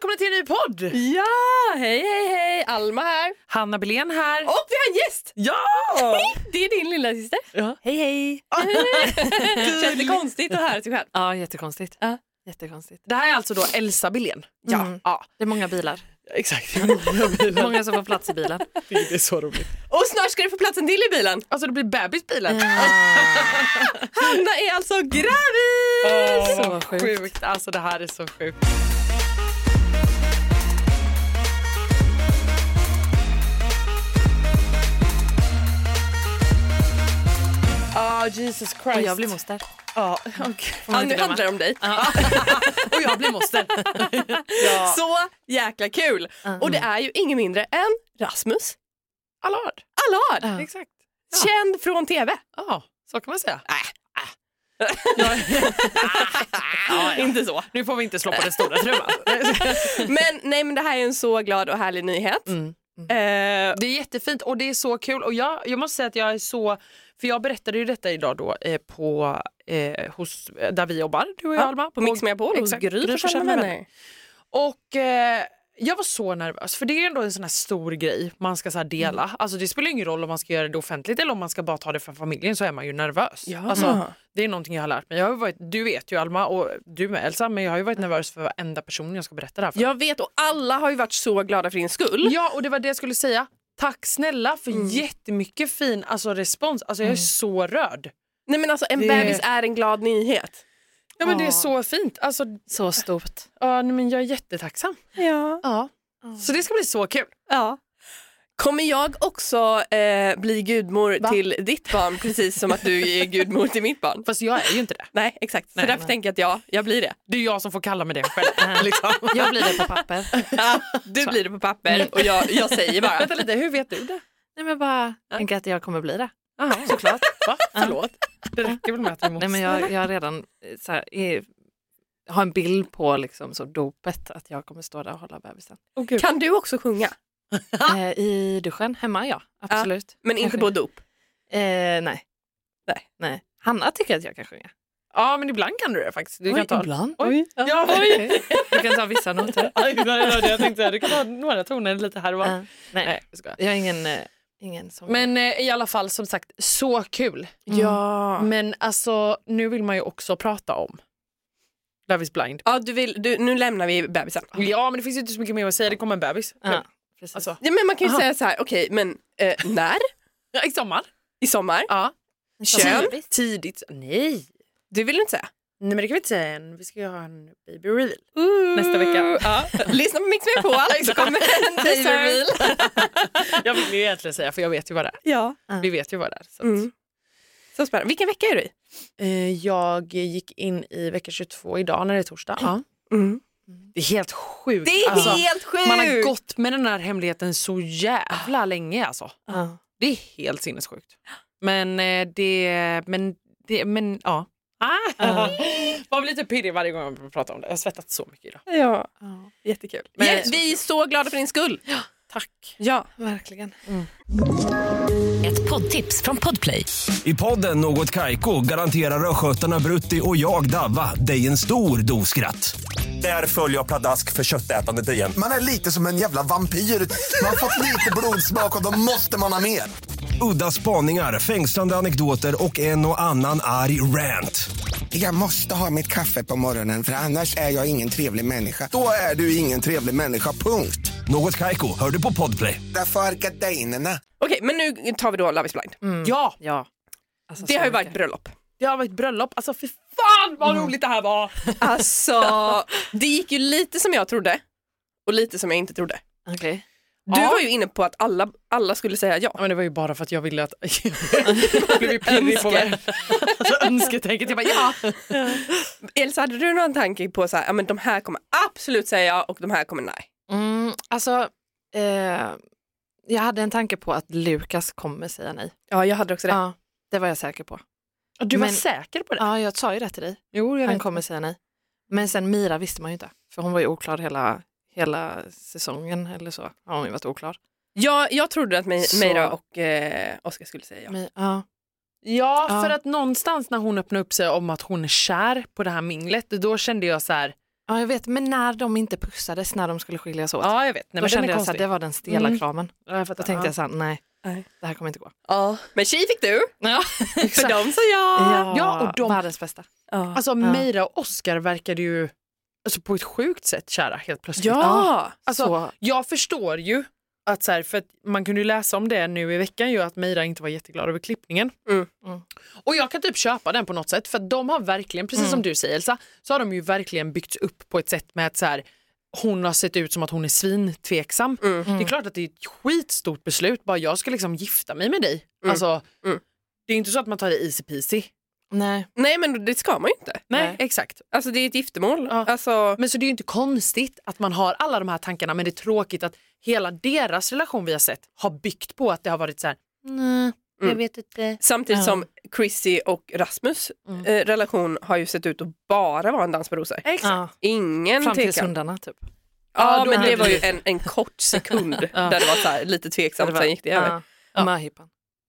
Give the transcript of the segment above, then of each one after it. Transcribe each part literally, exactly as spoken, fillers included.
välkomna till en ny podd! Ja, hej hej hej, Alma här. Hanna Belén här. Och vi har en gäst! Ja! Det är din lilla syster. Ja. Hej hej. Känns det konstigt att höra sig själv? Ja, jättekonstigt. Ja. Jättekonstigt. Det här är alltså då Elsa Belén. Ja. Mm. Ja, Det är många bilar. exakt. Många bilar. Många som får plats i bilen. Det är så roligt. Och snart ska du få platsen till i bilen. Alltså det blir bebisbilen. Hanna är alltså gravid! Åh, Så vad sjukt. sjukt. Alltså det här är så sjukt. Ah, Jesus Christ. Och jag blir moster. Ja, okej. Ja, nu handlar det om dig. Och jag blir moster. Ja. Så jäkla kul. Mm. Och det är ju ingen mindre än Rasmus Allard. Allard. Ja. Exakt. Känd från tv. Ja, så kan man säga. Ja, inte så. Nu får vi inte slå på den stora trumman. Men nej, men det här är en så glad och härlig nyhet. Mm. Eh, Det är jättefint och det är så kul och jag, jag måste säga att jag är så, för jag berättade ju detta idag då eh, på eh, hos, där vi jobbar, du och jag ja, Alma. på Mix Megapol hos Exakt. Gry Gry Forssell med vänner. Och eh, jag var så nervös för det är ändå en sån här stor grej man ska så här dela. Mm. Alltså det spelar ingen roll om man ska göra det offentligt eller om man ska bara ta det för familjen, så är man ju nervös. Ja. Alltså, det är någonting jag har lärt mig. Jag har varit, du vet ju Alma och du med Elsa, men jag har ju varit nervös för varenda person jag ska berätta det här för. Jag vet, och alla har ju varit så glada för din skull. Ja, och det var det jag skulle säga. Tack snälla för mm. jättemycket fin alltså, respons. Alltså jag är mm. så rörd. Nej, men alltså en det... bebis är en glad nyhet. Ja, men det är så fint. Alltså, Så stort. ja, nej, men jag är jättetacksam. Ja. Ja. Så det ska bli så kul. Ja. Kommer jag också eh, bli gudmor Va? till ditt barn precis som att du är gudmor till mitt barn? Fast jag är ju inte det. Nej, exakt. Så Nej, därför nej. tänker jag att ja, jag blir det. Det är jag som får kalla mig det själv. liksom. Jag blir det på papper. Ja, du blir det på papper och jag, jag säger bara. Vänta lite, hur vet du det? Nej, men bara Ja. tänker att jag kommer bli det. Aha, såklart. Va? Förlåt. Det räcker väl med att jag måste. Nej, men jag, jag har redan eh, så här, är, har en bild på liksom, så dopet att jag kommer stå där och hålla bebisen. Oh, Gud. Kan du också sjunga? Eh, I duschen, hemma, ja. Absolut. Men inte Kanske. på dop? Eh, nej. Nej. nej. Hanna tycker att jag kan sjunga. Ja, men ibland kan du det faktiskt. Du Oj, kan ta... ibland. Oj. Ja, Ja, okej. Du kan ta vissa noter. Aj, nej, nej, jag tänkte säga, du kan ta några toner lite här och var. Uh, nej, Nej, jag skojar. jag har ingen, eh, ingen sång. Men eh, i alla fall, som sagt, så kul. Ja. Men alltså, nu vill man ju också prata om Love is blind. Ja, du vill, du, nu lämnar vi bebisen. Ja, men det finns ju inte så mycket mer att säga. Det kommer en bebis. Ja, precis. Alltså, Ja, men man kan ju Aha. säga så här, okej, men eh, när? ja, i sommar. I sommar? Ja. Kön? Tidigt. Tidigt. Nej. Du vill inte säga? Nej, men det kan vi inte säga än. Vi ska ju ha en baby reveal. Uh, Nästa vecka. Ja. Lyssna på Mix Megapol så kommer en baby reveal. Jag vill ju egentligen säga, för jag vet ju vad det är. Ja. Vi vet ju vad det är. Så att, Mm. Så spännande. Vilken vecka är du i? eh, jag gick in i vecka tjugotvå idag när det är torsdag. Ja. Mm. Det är helt sjukt. Det är Alltså, helt sjukt! man har gått med den här hemligheten så jävla länge alltså. Ja. Det är helt sinnessjukt. Men eh, det, men det, men ja. Ah. Ja. Man blir lite pirrig varje gång man pratar om det. Jag har svettat så mycket idag. Ja, Ja, jättekul. Men- Ja, vi är så glada för din skull. Tack. Ja. verkligen. Ett poddtips från Podplay. I podden Något Kaiko garanterar östgötarna Brutti och jag Davva dig en stor dos skratt. Där följer jag pladask för köttätandet igen. Man är lite som en jävla vampyr. Man har fått lite blodsmak och då måste man ha mer. Udda spaningar, fängslande anekdoter och en och annan arg rant. Jag måste ha mitt kaffe på morgonen för annars är jag ingen trevlig människa. Då är du ingen trevlig människa, punkt. Något Kaiko, hör du på Podplay. Därför är gardinerna. Okej, men nu tar vi då Love is blind. Mm. Ja, Ja. Alltså, Det så har ju varit mycket. bröllop. det har varit bröllop. Alltså för fan vad roligt det här var. Alltså, det gick ju lite som jag trodde och lite som jag inte trodde. Okej. Du Ja. var ju inne på att alla, alla skulle säga ja. Ja, men det var ju bara för att jag ville att jag blev ju pirrig på mig. Alltså önsketänket. Jag bara ja. Elsa, hade du någon tanke på så här, ja men de här kommer absolut säga ja och de här kommer nej? Mm, alltså, eh, jag hade en tanke på att Lukas kommer säga nej. Ja, jag hade också det. Ja, det var jag säker på. Du var Men- säker på det? Ja, jag sa ju det till dig. Jo, jag Han vet. kommer säga nej. Men sen Mira visste man ju inte. För hon var ju oklar hela, hela säsongen eller så. Har hon ju varit oklar. Jag, jag trodde att mig, Så- Meira och eh, Oskar skulle säga ja. Men, ja. Ja, Ja. för att någonstans när hon öppnade upp sig om att hon är kär på det här minglet, då kände jag så här, Ja, jag vet, men när de inte pussades när de skulle skiljas åt. Ja, jag vet. Nej, då men kände den är jag så att det var den stela Mm. kramen. Ja, jag Då fattar. tänkte Ja. jag så här, nej, Nej. det här kommer inte gå. Ja. Men tjej fick du. Ja, För de sa ja. Ja, och de- världens bästa. Ja. Alltså Meira och Oscar verkade ju alltså, på ett sjukt sätt kära helt plötsligt. Ja. Alltså, så, jag förstår ju att så här, för att man kunde ju läsa om det nu i veckan ju att Meira inte var jätteglad över klippningen. Mm. Mm. Och jag kan typ köpa den på något sätt för att de har verkligen, precis Mm. som du säger Elsa, så har de ju verkligen byggts upp på ett sätt med att så här, hon har sett ut som att hon är svintveksam. Mm. Det är klart att det är ett skitstort beslut, bara jag ska liksom gifta mig med dig. Mm. Alltså, Mm. det är inte så att man tar det easy peasy. nej. Nej, men det ska man ju inte. Nej, Nej. exakt. Alltså det är ett giftermål. Ja. Alltså, Men så det är ju inte konstigt att man har alla de här tankarna, men det är tråkigt att hela deras relation vi har sett har byggt på att det har varit så här, nej, jag Mm. vet inte. samtidigt Ja. som Chrissy och Rasmus Mm. eh, relation har ju sett ut att bara vara en dans på rosor. Exakt. Ja. Ingen Fram till tvekan. hundarna typ. Ja, Ja, då men det blev var ju det- en, en kort sekund Ja. där det var så här, lite tveksamt, Det var- sen gick det över. Ja. Ja. Och möhippan.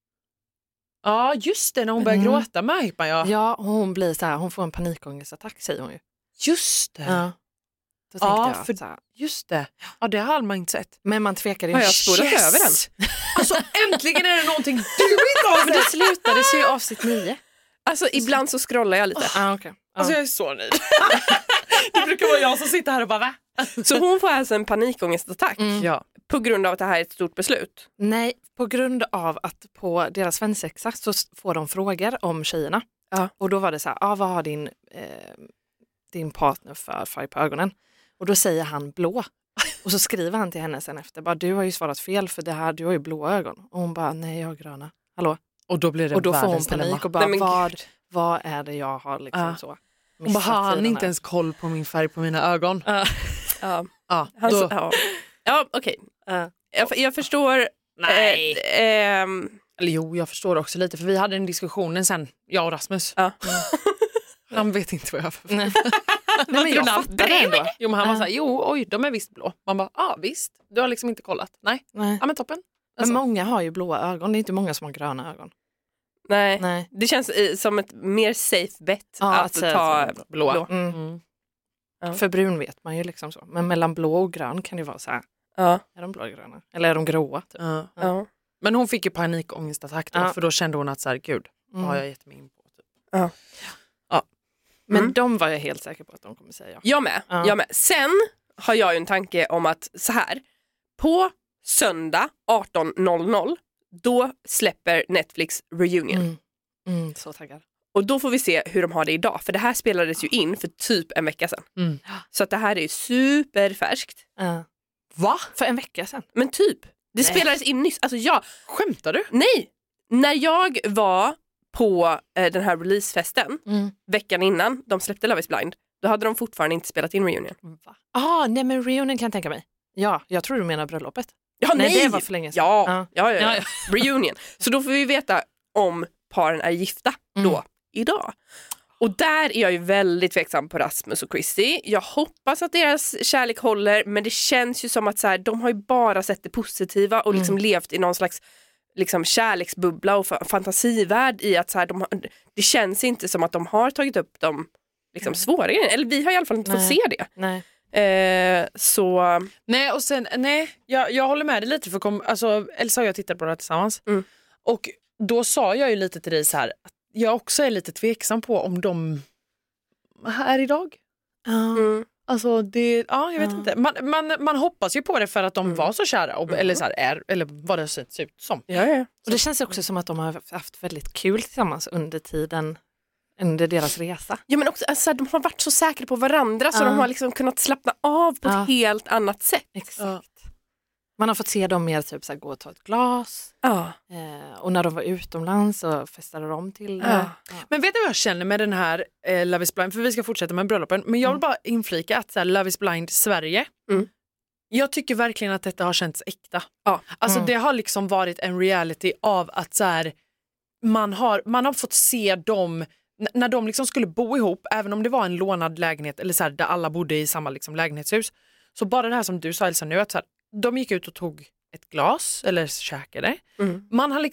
Ja, just det, när hon börjar Mm. gråta med Hypan, ja. Ja, och hon blir så här, hon får en panikångestattack säger hon ju. Just det. Ja. Då tänkte Ja, jag för- så här. Just det. Ja, det har man inte sett. Men man tvekade ju Har jag inte. spolat över den? Alltså äntligen är det någonting du inte har Men sett. det slutade sig i avsnitt nio. Alltså ibland så scrollar jag lite. Ah, okay. ah. Alltså jag är så nöjd. Det brukar vara jag som sitter här och bara va? Så hon får alltså en panikångestattack Mm. Ja. på grund av att det här är ett stort beslut. Nej, på grund av att på deras svensexa så s- får de frågor om tjejerna. Ja. Och då var det så här, ah, vad har din, eh, din partner för färg på ögonen? Och då säger han blå. Och så skriver han till henne sen efter, bara, du har ju svarat fel för det här, du har ju blå ögon. Och hon bara, nej jag har gröna. Hallå? Och då blir det Och då får hon världens panik dilemma. och bara, Nej, men vad, gud. vad är det jag har liksom Ja. så Hon bara, har han tiden inte här?" ens koll på min färg på mina ögon? Ja. Ja, Ja, han, då, ja. ja okej. Ja. Jag, jag förstår. Nej. Eh, ehm, Eller jo, jag förstår också lite för vi hade en diskussionen sen, jag och Rasmus. ja. Han vet inte vad jag har för Nej. Nej, men jag fattar det ändå. Jo, men han var Ja. såhär, jo, oj, de är visst blå. Man bara, ja ah, visst, du har liksom inte kollat. Nej, Nej. ja men toppen. Men Alltså. många har ju blåa ögon, det är inte många som har gröna ögon. Nej. Nej. Det känns eh, som ett mer safe bet Ja, att, att säga ta att det blå. blå. Mm. Mm. Ja. För brun vet man ju liksom så. Men mellan blå och grön kan det ju vara så här, Ja. är de blågröna? Eller är de gråa? Typ? Ja. Ja. Men hon fick ju panikångestattack då, Ja. för då kände hon att så här, gud, vad har Mm. jag gett mig in på? Typ. Ja. Men Mm. de var jag helt säker på att de kommer säga ja. Jag med. Ja. Jag med. Sen har jag ju en tanke om att så här, på söndag arton noll noll då släpper Netflix Reunion. Mm. Mm, så taggad. Och då får vi se hur de har det idag. För det här spelades ju in för typ en vecka sedan. Mm. Så att det här är ju superfärskt. Ja. Va? För en vecka sedan. Men typ, det Nej. spelades in nyss. Alltså ja, Skämtar du? nej. När jag var på eh, den här releasefesten Mm. veckan innan de släppte Love is blind, då hade de fortfarande inte spelat in Reunion. Ah, nej men reunion kan jag tänka mig. Ja, jag tror du menar bröllopet. Ja, Nej, nej, det var för länge sedan. Ja, ja. Ja, ja, Ja, Reunion. Så då får vi veta om paren är gifta då, Mm. idag. Och där är jag ju väldigt tveksam på Rasmus och Chrissy. Jag hoppas att deras kärlek håller, men det känns ju som att så här, de har ju bara sett det positiva och liksom Mm. levt i någon slags liksom kärleksbubbla och fa- fantasivärld i att så här, de har, det känns inte som att de har tagit upp de liksom, svåra grejerna. Eller vi har i alla fall inte fått Nej. se det. Nej. Eh, så Nej, och sen, nej, jag, jag håller med dig lite för kom, alltså, Elsa och jag tittade på det här tillsammans. Mm. Och då sa jag ju lite till dig så här, att jag också är lite tveksam på om de är idag. Ja. mm, Alltså det, ja jag vet Ja. inte. Man, man, man hoppas ju på det för att de Mm. var så kära, och, Mm. eller så här, är, eller vad det ser ut som. ja, ja. Och det känns också som att de har haft väldigt kul tillsammans under tiden, under deras resa. Ja, men också, alltså, de har varit så säkra på varandra så Ja. de har liksom kunnat slappna av på Ja. ett helt annat sätt. Exakt. Man har fått se dem mer typ så här, gå och ta ett glas. Ja. Eh, och när de var utomlands så festade de till det. Ja. Ja. Men vet du vad jag känner med den här eh, Love is blind? För vi ska fortsätta med bröllopen. Men jag vill Mm. bara inflika att så här, Love is blind Sverige. Mm. Jag tycker verkligen att detta har känts äkta. Ja. Alltså Mm. det har liksom varit en reality av att så här, man, har, man har fått se dem n- när de liksom skulle bo ihop, även om det var en lånad lägenhet eller så här, där alla bodde i samma liksom lägenhetshus. Så bara det här som du sa Elsa nu, att så här, de gick ut och tog ett glas eller käkade. Mm. Man har liksom,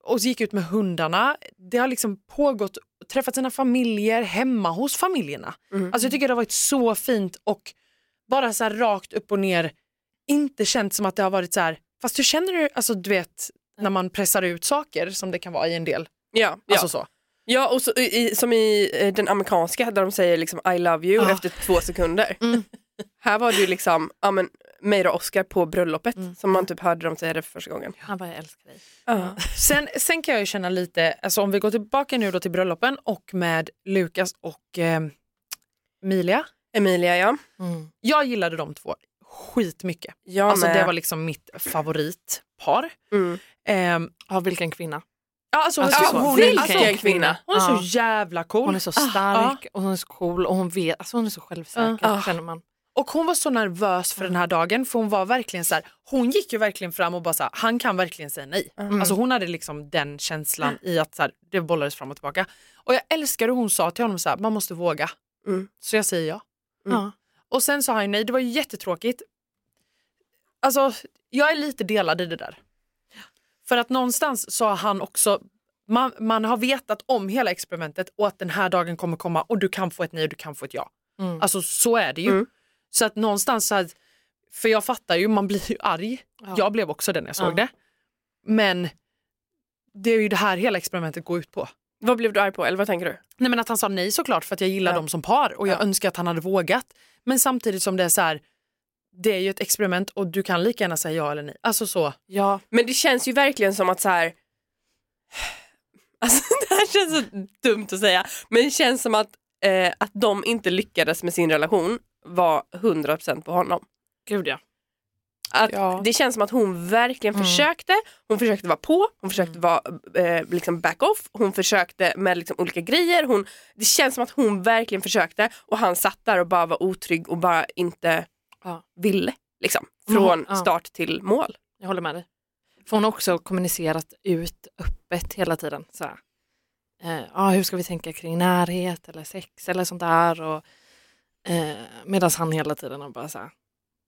och gick ut med hundarna. Det har liksom pågått, träffat sina familjer hemma hos familjerna. Mm. Alltså jag tycker det har varit så fint och bara så här rakt upp och ner, inte känt som att det har varit så här, fast hur känner du, alltså du vet, när man pressar ut saker som det kan vara i en del. Ja, ja. Alltså så. Ja, och så, i, som i eh, den amerikanska där de säger liksom I love you Ah. efter två sekunder. Mm. Här var det ju liksom, ja men, Meira och Oscar på bröllopet Mm. som man typ hörde dem säga det för första gången. Han bara, jag älskar dig. Ja. Sen, sen kan jag ju känna lite, alltså om vi går tillbaka nu då till bröllopen och med Lukas och eh, Emilia. Emilia, ja. Mm. Jag gillade de två skitmycket. Jag Alltså med. det var liksom mitt favoritpar. Mm. Ehm, Ja, vilken kvinna. ja, alltså, Alltså, hon, så. hon, vilken alltså, kvinna. hon är Ja. så jävla cool. Hon är så Ah, stark ah. och hon är så cool och hon vet, alltså hon är så självsäker, Ah. känner man. Och hon var så nervös för den här dagen, för hon var verkligen så här, hon gick ju verkligen fram och bara så här, han kan verkligen säga nej. Mm. Alltså hon hade liksom den känslan i att så här, det bollades fram och tillbaka. Och jag älskar hur hon sa till honom så här, man måste våga. Mm. Så jag säger ja. Mm. Ja. Och sen sa han nej, det var ju jättetråkigt. Alltså, jag är lite delad i det där. För att någonstans sa han också, man, man har vetat om hela experimentet och att den här dagen kommer komma och du kan få ett nej och du kan få ett ja. Mm. Alltså så är det ju. Mm. Så att någonstans så här, för jag fattar ju, man blir ju arg. Ja. Jag blev också den när jag såg Ja. det. Men det är ju det här hela experimentet går ut på. Vad blev du arg på, eller vad tänker du? Nej, men att han sa nej såklart för att jag gillar Ja. dem som par och jag Ja. önskar att han hade vågat. Men samtidigt som det är så här, det är ju ett experiment och du kan lika gärna säga ja eller nej. Alltså så. Ja, Men det känns ju verkligen som att så här. Alltså det här känns så dumt att säga. Men det känns som att, eh, att de inte lyckades med sin relation var hundra procent på honom. gud ja. Att Ja. Det känns som att hon verkligen Mm. försökte. Hon försökte vara på. Hon försökte vara eh, liksom back off. Hon försökte med liksom olika grejer. Hon, det känns som att hon verkligen försökte. Och han satt där och bara var otrygg och bara inte Ja. ville. Liksom, Mm, från ja. start till mål. Jag håller med dig. För hon har också kommunicerat ut öppet hela tiden. Så här. Eh, ja, hur ska vi tänka kring närhet eller sex eller sånt där. Och, eh, medan han hela tiden har bara så här,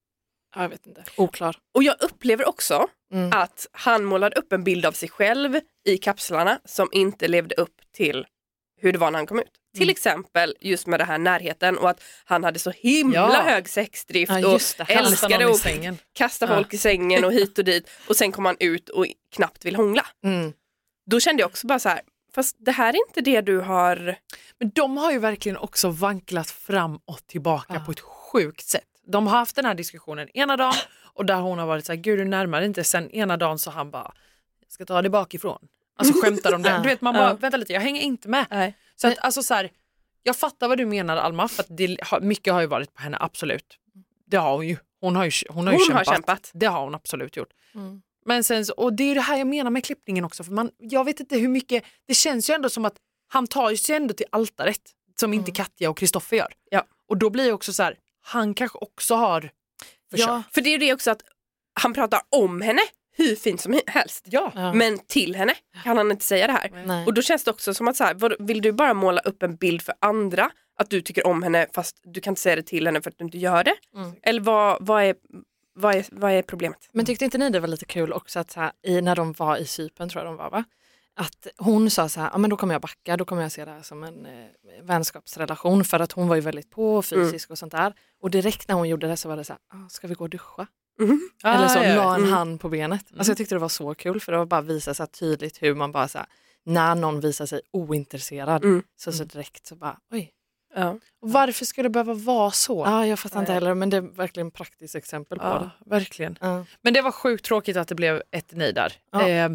ja, jag vet inte, oklar. Och jag upplever också Mm. att han målade upp en bild av sig själv i kapslarna som inte levde upp till hur det var när han kom ut. Till Mm. exempel just med det här närheten och att han hade så himla Ja. hög sexdrift Ja, just det. och Kasta Kasta älskade någon i att sängen. kasta Ja. folk i sängen och hit och dit och sen kom han ut och knappt vill hångla. Mm. Då kände jag också bara så här, fast det här är inte det du har... Men de har ju verkligen också vanklat fram och tillbaka Ja. på ett sjukt sätt. De har haft den här diskussionen ena dagen och där hon har varit så här, gud du närmar dig inte. Sen ena dagen så han bara, jag ska ta det bakifrån. Alltså skämtar de det. Ja. Du vet man bara, Ja. vänta lite, jag hänger inte med. Nej. Så att, alltså så här, jag fattar vad du menar Alma, för att det, har- mycket har ju varit på henne, absolut. Det har hon ju. Hon har ju, hon har ju Hon kämpat. har kämpat. Det har hon absolut gjort. Mm. Men sen, så- och det är ju det här jag menar med klippningen också. För man, jag vet inte hur mycket, det känns ju ändå som att han tar sig ändå till altaret. Som inte Katja och Kristoffer gör. Ja. Och då blir det också så här, han kanske också har försökt. Ja. För det är ju det också att han pratar om henne hur fint som helst. Ja. Ja. Men till henne kan han inte säga det här. Nej. Och då känns det också som att så här, vad- vill du bara måla upp en bild för andra att du tycker om henne fast du kan inte säga det till henne för att du inte gör det? Mm. Eller vad, vad, är, vad, är, vad är problemet? Men tyckte inte ni det var lite kul också att så här, i, när de var i Cypern, tror jag de var, va? Att hon sa så här, ja men då kommer jag backa, då kommer jag se det här som en eh, vänskapsrelation, för att hon var ju väldigt på fysisk och sånt där. Och direkt när hon gjorde det så var det så här, ah, ska vi gå och duscha? Mm. Eller så Ah, ja. la en Mm. hand på benet. Alltså jag tyckte det var så kul, för det var bara visa så här tydligt hur man bara så här, när någon visar sig ointresserad Mm. så, så direkt så bara, oj. Ja. Och varför skulle det behöva vara så? Ja, jag fattar inte Nej. heller, men det är verkligen ett praktiskt exempel på Ja, det. verkligen. Ja. Men det var sjukt tråkigt att det blev ett nej där. Ja. Eh,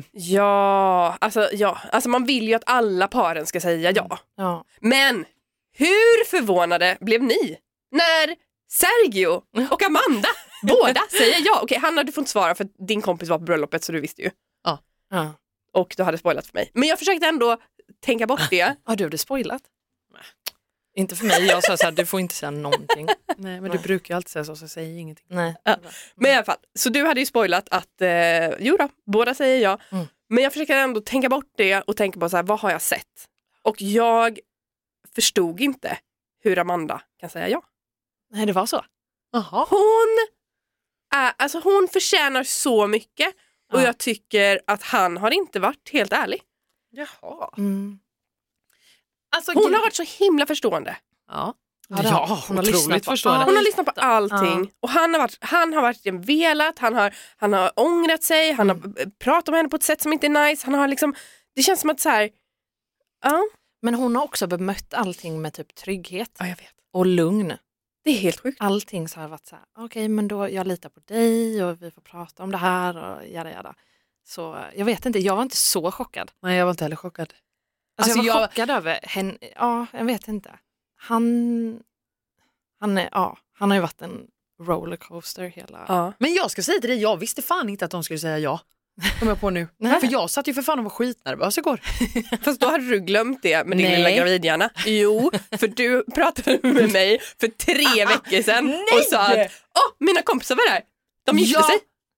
Ja, alltså, ja, alltså man vill ju att alla paren ska säga ja. Ja. Men hur förvånade blev ni när Sergio och Amanda båda säger ja? Okej, Hanna, du får inte svara för din kompis var på bröllopet så du visste ju. Ja. Och du hade spoilat för mig. Men jag försökte ändå tänka bort det. Har du det spoilat? Inte för mig, jag sa så här, du får inte säga någonting. nej, men du brukar ju alltid säga så, så säg ingenting. Nej. Ja. Men i alla fall, så du hade ju spoilat att, eh, jo då, båda säger ja. Mm. Men jag försöker ändå tänka bort det och tänka på så här, vad har jag sett? Och jag förstod inte hur Amanda kan säga ja. Nej, det var så. Jaha. Hon, är, alltså hon förtjänar så mycket. Och jag tycker att han har inte varit helt ärlig. Jaha. Mm. Alltså, Hon har varit så himla förstående. Ja. Ja, det Ja, har- hon har otroligt lyssnat på förstående. allt. Hon har lyssnat på allting. Ja. Och han har, varit, han har verkligen velat, han har, han har ångrat sig, han har eh, pratat om henne på ett sätt som inte är nice. Han har liksom, det känns som att så här, ja. Men hon har också bemött allting med typ trygghet Ja, jag vet. och lugn. Det är helt sjukt. Allting så har varit så här, okej okay, men då jag litar på dig och vi får prata om det här och jada jada. Så jag vet inte, jag var inte så chockad. Nej, jag var inte heller chockad. Alltså, Alltså, jag var jag- chockad över henne, ja jag vet inte. Han, han, är, ja, han har ju varit en rollercoaster hela... Ja. Men jag ska säga till dig, jag visste fan inte att de skulle säga ja. Kommer jag på nu. Nej. För jag satt ju för fan och var skitnervös igår. Fast då hade du glömt det med din Nej. lilla gravidhjärna. Jo, för du pratade med mig för tre veckor sedan och sa att åh, mina kompisar var där. De gifte Ja. sig.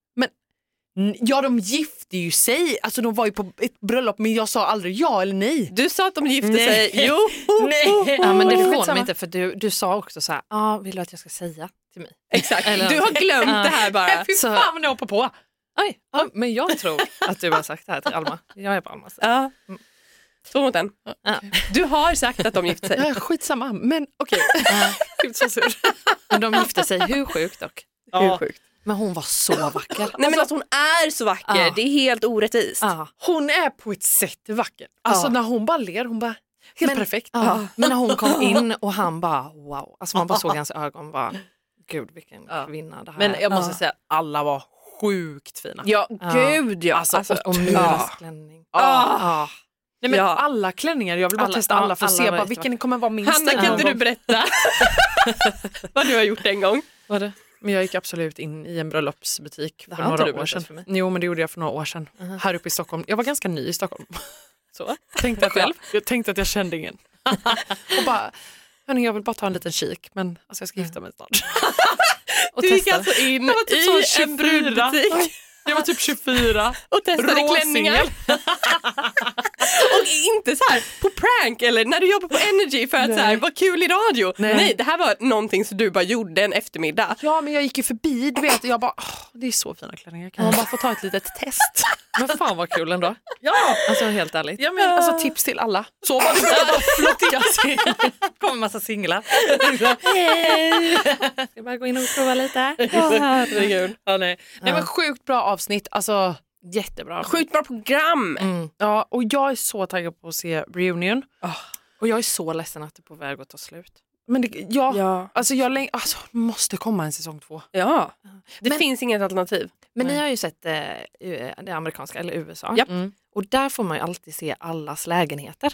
N- Ja, de gifte ju sig. Alltså de var ju på ett bröllop, men jag sa aldrig ja eller nej. Du sa att de gifte Nej. sig. Jo. Nej. Ja, men det Oh, förvånar skitsamma. mig inte för du, du sa också så här, ja vill du att jag ska säga till mig? Exakt. Eller- Du har glömt Ja. det här bara. Fy Så- fan vad ni hoppar på. Oj, ja, men jag tror att du har sagt det här till Alma. Jag är på Almas sida. Ja. Två mot en. Ja. Du har sagt att de gifte sig. Ja, skitsamma, men okej. Gud så sur. Men de gifte sig, hur sjukt dock. Hur sjukt. Men hon var så vacker. Nej men alltså hon är så vacker. Ja. Det är helt orättvist. Ja. Hon är på ett sätt vacker. Alltså Ja. när hon bara ler, hon bara helt Men- perfekt. Ja. Men när hon kom in och han bara wow. Alltså man bara såg hans ögon bara, gud vilken Ja. kvinna det här Men är. jag måste Ja. säga att alla var sjukt fina. Ja, Ja. gud ja. Alltså, Alltså, Och ja. Myras klänning. Ah. Ja. Nej, men Ja. alla klänningar, jag vill bara Alla- testa ja, alla för att alla se var bara, jättevackra. vilken kommer vara minst. Hanna, kan Ja. inte du berätta vad du har gjort en gång? Var det? Men jag gick absolut in i en bröllopsbutik Det för har inte några du år berättat sedan. för mig. Jo, men det gjorde jag för några år sedan. Uh-huh. Här uppe i Stockholm. Jag var ganska ny i Stockholm. Så? Tänkte att jag, jag tänkte att jag kände ingen. Och bara, hörni, jag vill bara ta en liten kik, men alltså jag ska gifta mig snart. Och Du gick testa. alltså in Jag var typ så i en tjugofyra. brudbutik Jag var typ tjugofyra. och testade Råsingel. klänningar. Och inte så här på prank eller när du jobbar på Energy för att så här, vara kul i radio. Nej. Nej. det här var någonting som du bara gjorde en eftermiddag. Ja, men jag gick ju förbi, du vet, och jag bara, åh, det är så fina klänningar. Kan man bara få ta ett litet test? Men fan vad kul ändå. Ja, Alltså helt ärligt. ja men alltså tips till alla. Så var det bara flocka sig. kommer en massa singlar. Hej! Ska jag bara gå in och prova lite? Herregud. Ja, nej. nej men sjukt bra avsnitt, alltså. Jättebra. Sjukt bra program. Mm. Ja, och jag är så taggad på att se Reunion. Och jag är så ledsen att det är på väg att ta slut. Men det, ja, Ja. alltså jag läng- alltså, det måste komma en säsong två. Ja. Det Men- finns inget alternativ. Men Nej. ni har ju sett eh, U- det amerikanska, eller U S A. Japp. Mm. Och där får man ju alltid se allas lägenheter.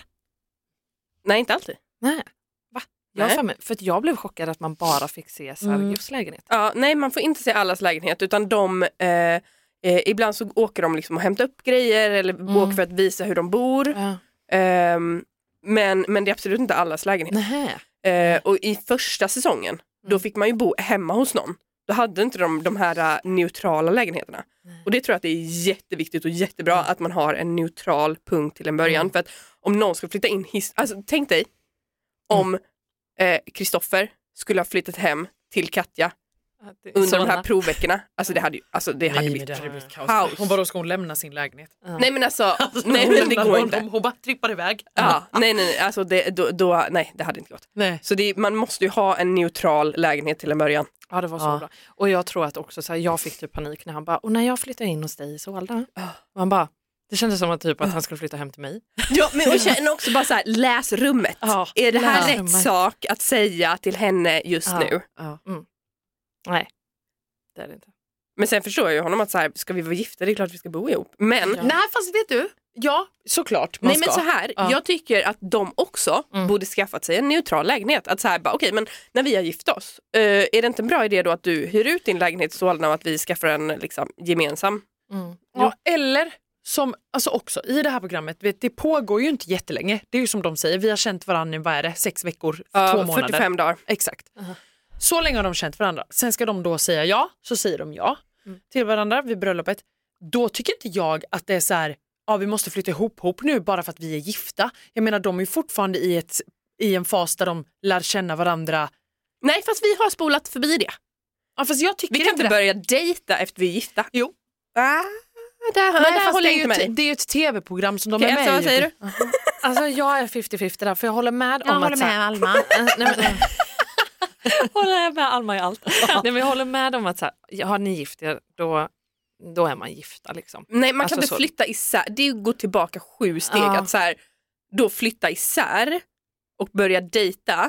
Nej, inte alltid. Nej. Va? Jag, Nej. för, mig, för att jag blev chockad att man bara fick se Sergios lägenhet. Ja, nej, man får inte se allas lägenhet utan de eh, eh, ibland så åker de liksom och hämtar upp grejer eller Mm. åker för att visa hur de bor. Ja. Ehm, men, men det är absolut inte allas lägenhet. Nähä. Eh, och i första säsongen, då Mm. fick man ju bo hemma hos någon. Då hade inte de de här uh, neutrala lägenheterna. Nej. Och det tror jag att det är jätteviktigt och jättebra att man har en neutral punkt till en början. Mm. För att om någon ska flytta in, his- alltså tänk dig om Kristoffer eh, skulle ha flyttat hem till Katja under de här provveckorna. Alltså det hade, ju, alltså det hade Nej, blivit men det hade blivit kaos. kaos. Hon bara, då ska hon lämna sin lägenhet. Nej men alltså, nej Hon men det lämnar går hon, inte. Hon, hon bara trippar iväg. Ja, nej nej, nej alltså det, då, då, nej det hade inte gått. Nej. Så det, man måste ju ha en neutral lägenhet till en början. Ja, det var så Ja. bra. Och jag tror att också så här, jag fick typ panik när han bara, och när jag flyttar in hos dig i Solna. Och han bara, det kändes som att, typ, att han skulle flytta hem till mig. Ja, men och känner också bara så här, läs rummet. Ja, är det här läs rätt rummet. sak att säga till henne just Ja. nu? Ja. Nej, det är det inte. Men sen förstår jag ju honom att så här, ska vi vara gifta, det är klart vi ska bo ihop. Men, Ja. Nej, fast vet du? Ja, såklart man nej, ska. men så här, Ja. jag tycker att de också Mm. borde skaffat sig en neutral lägenhet. Att så här, bara, okej, men när vi har gift oss, eh, är det inte en bra idé då att du hyr ut din lägenhet i Solna och att vi skaffar en liksom, gemensam? Mm. Ja, eller som, alltså också i det här programmet, vet, det pågår ju inte jättelänge. Det är ju som de säger, vi har känt varandra i, vad är det, sex veckor, Ja, två månader. fyrtiofem dagar. Exakt. Aha. Så länge har de känt varandra. Sen ska de då säga ja, så säger de ja Mm. till varandra vid bröllopet. Då tycker inte jag att det är så här, ja vi måste flytta ihop, ihop nu bara för att vi är gifta. Jag menar de är ju fortfarande i, ett, i en fas där de lär känna varandra. Nej, fast vi har spolat förbi det. Ja, fast jag tycker Vi kan inte inte det. börja dejta efter vi är gifta. Jo. Ah, där, Nej, där fast håller det, jag är inte med ju dig. ett, det är ju ett tv-program som de Okej, är med Elsa, vad i. säger du? Alltså jag är femtio femtio där, för jag håller med Jag om håller att... så här- med Alma. Eh, nej, men, håller jag med Alma i allt. Nej, men jag håller med om att så här, har ni gift er, då, då är man gifta liksom. Nej, man kan Alltså inte så. flytta isär. Det är ju gå tillbaka sju steg. Ja. Att så här, då flytta isär och börja dejta.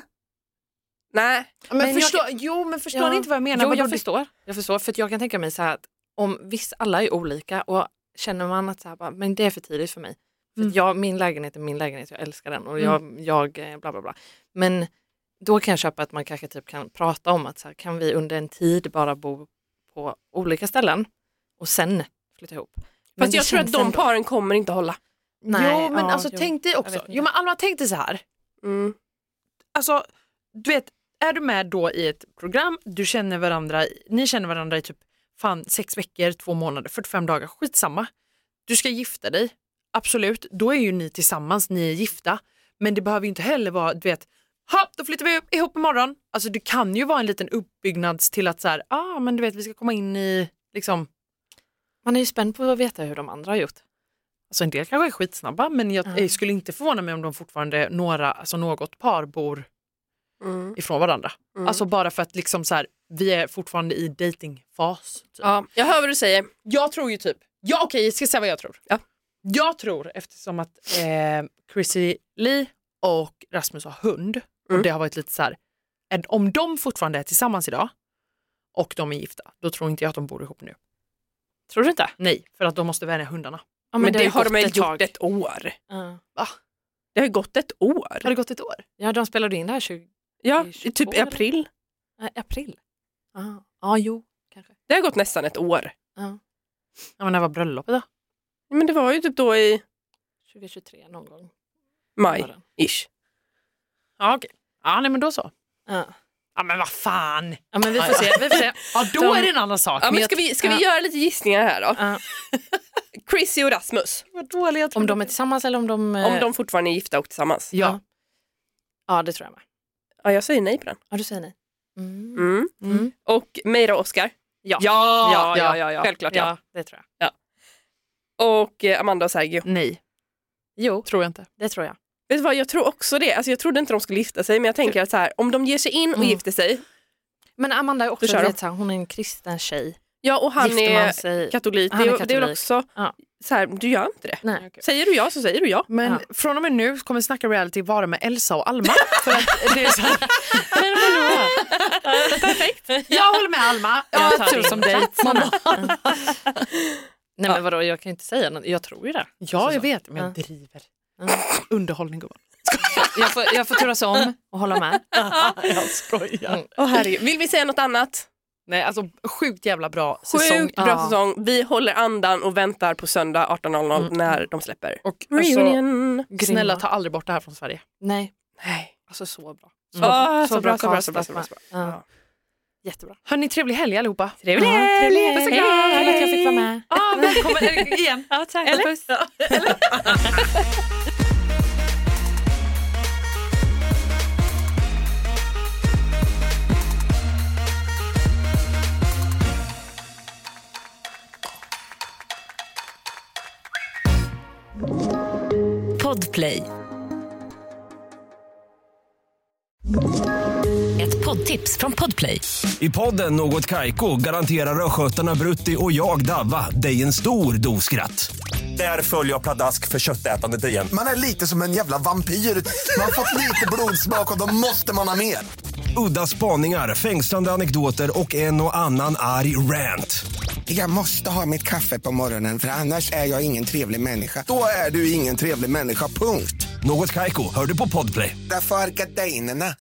Nej. Men, Men jag förstå, kan- jo, men förstår Ja. ni inte vad jag menar? Jo, Vadå, jag det- förstår. Jag förstår, för att jag kan tänka mig så här att om viss, alla är olika och känner man att så här, bara, men det är för tidigt för mig. För Mm. att jag, min lägenhet är min lägenhet, jag älskar den och jag, jag eh, bla bla bla. Men då kan jag köpa att man kanske typ kan prata om att så här, kan vi under en tid bara bo på olika ställen och sen flytta ihop. Men Fast det jag tror att känns de ändå- paren kommer inte hålla. Nej, jo, men ja, alltså jo. tänk dig Jag också. vet inte. Jo, men Alma, tänk dig så här. Mm. Alltså, du vet, är du med då i ett program, du känner varandra, ni känner varandra i typ fan sex veckor, två månader, fyrtiofem dagar, skitsamma. Du ska gifta dig, absolut, då är ju ni tillsammans, ni är gifta. Men det behöver ju inte heller vara, du vet, ha, då flyttar vi upp, ihop imorgon. Alltså det kan ju vara en liten uppbyggnads till att så här, ah, men du vet, vi ska komma in i, liksom, Man är ju spänd på att veta hur de andra har gjort. alltså en del kanske är skitsnabba, men jag, Ja. jag skulle inte förvåna mig om de fortfarande, några, alltså något par bor Mm. ifrån varandra. Mm. Alltså bara för att liksom så här, vi är fortfarande i datingfas. Typ. Ja, jag hör vad du säger. Jag tror ju typ, ja okej, jag ska säga vad jag tror. Ja. Jag tror, eftersom att eh, Chrissy Lee och Rasmus har hund, Mm. och det har varit lite så här, en- om de fortfarande är tillsammans idag och de är gifta, då tror inte jag att de bor ihop nu. Tror du inte? Nej, för att de måste vänja hundarna. Ja, Men, det, ju har gått de väl ett gjort tag. ett år. Ja. Det har ju gått ett år. Har det gått ett år? Ja, de spelade in det här tjugo... Ja, tjugotvå, typ i eller? april. Nej, april. Ja, ah, jo, kanske. Det har gått nästan ett år. Ja. Ja, men när var bröllopet då? Men det var ju typ då i tjugohundratjugotre någon gång. maj, var det. ish. Ja, okej. Ja, nej men då så. Ja. Ja, men vad fan. Ja, men vi får se. Vi får se. Ja, då De- är det en annan sak. Ja, men jag- ska vi, ska ja. vi göra lite gissningar här då? Ja. Chrissy och Rasmus, Vad dålig jag tror Om de är tillsammans eller om de... om de fortfarande är gifta och tillsammans. Ja. Ja, det tror jag med. Ja, jag säger nej på den. Ja, du säger nej. Mm. Mm. Mm. Och Meira och Oscar. Ja. Ja, Ja, ja, ja, ja. Självklart ja. Ja, det tror jag. Och eh, Amanda och Sergio. Nej, Jo, tror jag inte. det tror jag. Vet du vad, jag tror också det. Alltså, jag trodde inte de skulle gifta sig, men jag tänker att så här, om de ger sig in och Mm. gifter sig. Men Amanda är också, Då kör du de. vet, så här, hon är en kristen tjej. Ja, och han Gifter man är sig... katolik. Han är det, är, det är väl katolik. också Ja. så här, du gör inte det. Nej. Säger du ja så säger du ja. Men Ja. från och med nu kommer Snacka Reality vara med Elsa och Alma. För att det är så här, Men vadå? perfekt. Jag håller med Alma. Jag Jag har tar tur in som dig. platserna. Nej, men vadå, jag kan inte säga något. Jag tror ju det. Ja, jag vet. Men jag Ja. driver. Ja. Underhållning går. Jag får, jag får turas om och hålla med. Jag skojar. Mm. Åh, herregud. Vill vi säga något annat? Nej, alltså sjukt jävla bra säsong. Sjukt bra Ja. säsong. Vi håller andan och väntar på söndag arton noll noll Mm. när de släpper. Och alltså, Reunion. snälla ta aldrig bort det här från Sverige. Nej, Nej. alltså så bra. Så, Mm. Ah, så, bra, så bra, så bra, castat så bra. med. Så bra. Ja. Jättebra. Hörni, trevlig helg allihopa. Trevlig Ja, helg! trevlig Puss och helg. kram. Kul att jag fick vara med. Ah, välkommen igen. Ja, tack. Eller? Puss. Podplay. Ett poddtips från Podplay. I podden Något Kaiko garanterar östgötarna Brutti och jag Davva dig en stor dos skratt. Där följer jag pladask för köttätandet igen. Man är lite som en jävla vampyr. Man har fått lite blodsmak och då måste man ha mer. Udda spaningar, fängslande anekdoter och en och annan arg rant. Jag måste ha mitt kaffe på morgonen för annars är jag ingen trevlig människa. Då är du ingen trevlig människa, punkt. Något Kaiko, hör du på Podplay. Därför är gardinerna.